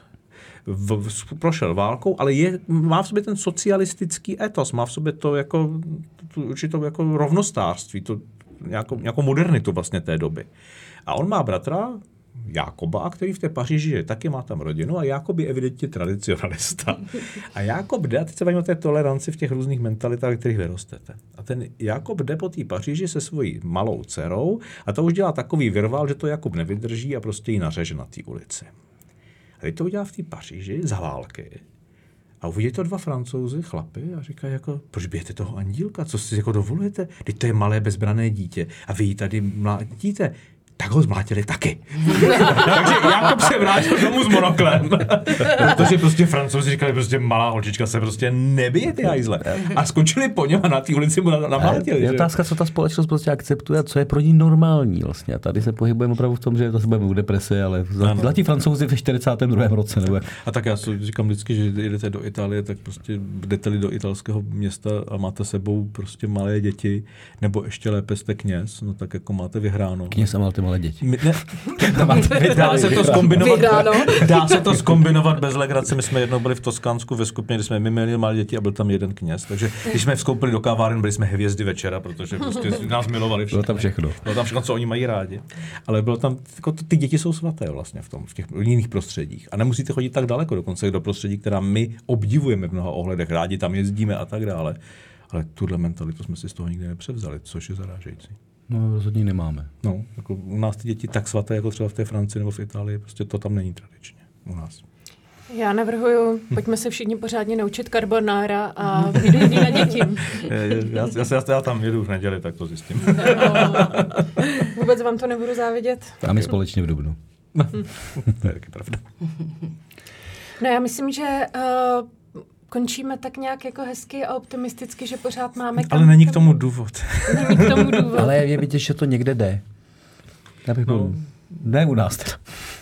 v, v, prošel válkou, ale je, má v sobě ten socialistický etos, má v sobě to jako tu, určitou jako rovnostářství, to, nějakou, nějakou modernitu vlastně té doby. A on má bratra Jákoba, který v té Paříži je, taky má tam rodinu a Jákob je evidentně tradicionalista. A Jákob jde, a teď se bavíme o té toleranci v těch různých mentalitách, ve kterých vyrostete. A ten Jákob jde po té Paříži se svojí malou dcerou a to už dělá takový virvál, že to Jákob nevydrží a prostě ji nařeže na té ulici. A teď to udělá v té Paříži za války. A uvidí to dva Francouzi, chlapy, a říkají jako, proč bijete toho andílka, co si jako dovolujete? Teď to je malé bezbrané dítě a vy ji tady mlátíte. Tak ho zmlátili taky. Takže Jákob se vrátil domů s monoklem. Protože prostě Francouzi říkali, prostě malá holčička se prostě nebije ty hajzle. A skončili po něm a na té ulici mu namlátili. Je otázka, co ta společnost prostě akceptuje a co je pro ní normální vlastně. A tady se pohybujeme opravdu v tom, že to se budeme u deprese, ale zlatí Francouzi ve čtyřicátém druhém roce. Nebo... A tak já si říkám vždycky, že jdete do Itálie, tak prostě jdete-li do italského města a máte sebou prostě malé děti, nebo ještě lépe jste kněz, no tak jako máte vyhráno. Kněz a máte malé děti. My, ne, dá se to zkombinovat, dá se to zkombinovat bez legrace. My jsme jednou byli v Toskánsku ve skupině, kde jsme my měli malé děti a byl tam jeden kněz. Takže když jsme vstoupili do káváren, byli jsme hvězdy večera, protože prostě nás milovali všichni. Bylo tam všechno. Bylo tam všechno, co oni mají rádi. Ale bylo tam, jako, ty děti jsou svaté vlastně v, tom, v těch jiných prostředích. A nemusíte chodit tak daleko, dokonce do prostředí, která my obdivujeme v mnoha ohledech. Rádi tam jezdíme a tak dále. Ale tuhle mentalitu jsme si z toho nikdy nepřevzali, což je zarážející. No, rozhodně nemáme. No, jako u nás ty děti tak svaté, jako třeba v té Francii nebo v Itálii, prostě to tam není tradičně u nás. Já navrhuju, pojďme se všichni pořádně naučit carbonara a vyjít na děti. já, já, já, já tam jedu v neděli, tak to zjistím. No, vůbec vám to nebudu závidět. A my společně v dubnu. To je taky pravda. No já myslím, že uh, končíme tak nějak jako hezky a optimisticky, že pořád máme... Ale není k tomu důvod. Není k tomu důvod. Ale je vidět, že to někde jde. Já bych byl... No. Ne u nás teda.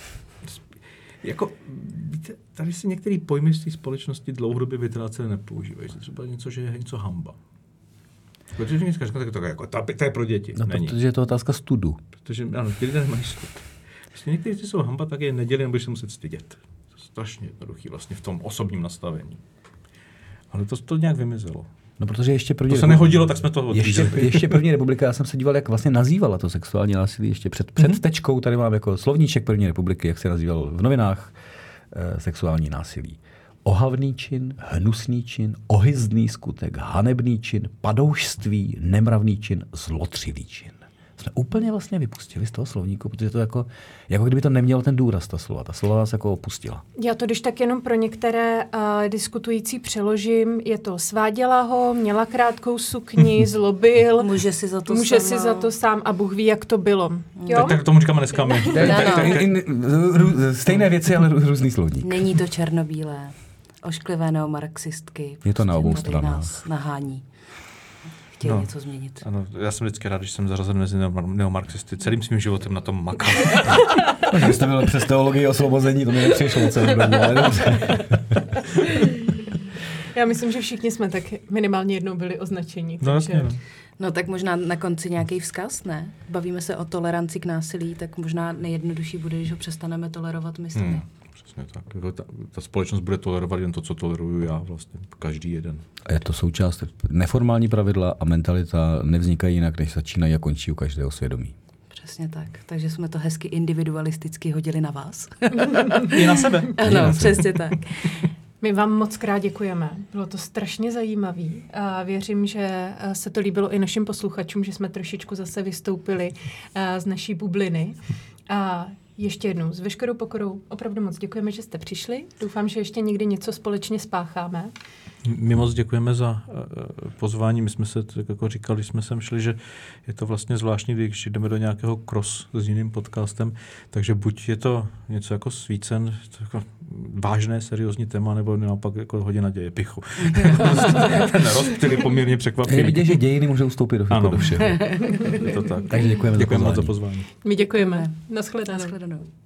Jako, víte, tady si některé pojmy z té společnosti dlouhodobě vytrácené nepoužívají. Třeba něco, že je něco hamba. Protože dneska říkáte, to, jako, to je pro děti. No, není. Protože je to otázka studu. Protože, ano, ti lidé nemají stud. Prostě někteří jsou hamba, tak je neděli, nebudeš se muset stydět. To je strašně jednoduchý vlastně v tom osobním nastavení. Ale to, to nějak vymizelo. No, protože ještě první to se nehodilo, tak jsme to ještě, ještě první republika, já jsem se díval, jak vlastně nazývala to sexuální násilí ještě před, před mm-hmm. tečkou, tady mám jako slovníček první republiky, jak se nazýval v novinách e, sexuální násilí. Ohavný čin, hnusný čin, ohyzdný skutek, hanebný čin, padoušství, nemravný čin, zlotřilý čin. Jsme úplně vlastně vypustili z toho slovníku, protože to jako, jako kdyby to nemělo ten důraz, ta slova. Ta slova nás jako opustila. Já to když tak jenom pro některé uh, diskutující přeložím. Je to sváděla ho, měla krátkou sukni, zlobil. Může si za to Může sama. si za to sám a Bůh ví, jak to bylo. Jo? Tak, tak tomu říkáme dneska my. Stejné věci, ale různý slovník. Není to černobílé. Ošklivé neomarxistky. Je to na obou tady stranách. nás nahání. Chtějí No, něco změnit. Ano, já jsem vždycky rád, když jsem zařazen mezi neomar- neomarxisty. Celým svým životem na tom makám. Kdybyste byl přes teologii osvobození, to mi nepřišlo celou dobu, ale dobře. Já myslím, že všichni jsme tak minimálně jednou byli označeni. No, takže... jasně, no. No tak možná na konci nějaký vzkaz, ne? Bavíme se o toleranci k násilí, tak možná nejjednodušší bude, když ho přestaneme tolerovat my sami. Hmm, přesně tak. Jako ta, ta společnost bude tolerovat jen to, co toleruju já vlastně. Každý jeden. A je to součást neformální pravidla a mentalita nevznikají jinak, než začínají a končí u každého svědomí. Přesně tak. Takže jsme to hezky individualisticky hodili na vás. I na sebe. Ano, přesně tak. My vám moc krát děkujeme. Bylo to strašně zajímavé a věřím, že se to líbilo i našim posluchačům, že jsme trošičku zase vystoupili z naší bubliny. A ještě jednou s veškerou pokorou opravdu moc děkujeme, že jste přišli. Doufám, že ještě někdy něco společně spácháme. My moc děkujeme za uh, pozvání. My jsme se, tak jako říkali, když jsme sem šli, že je to vlastně zvláštní, když jdeme do nějakého cross s jiným podcastem, takže buď je to něco jako Svícen, jako vážné, seriózní téma, nebo naopak jako hodina děje pichu. Ten rozptyl je poměrně překvapivý. Je vidět, že dějiny můžou vstoupit do, do všeho. Je to tak. Takže děkujeme, děkujeme za moc za pozvání. pozvání. My děkujeme. Naschledanou. Naschledanou.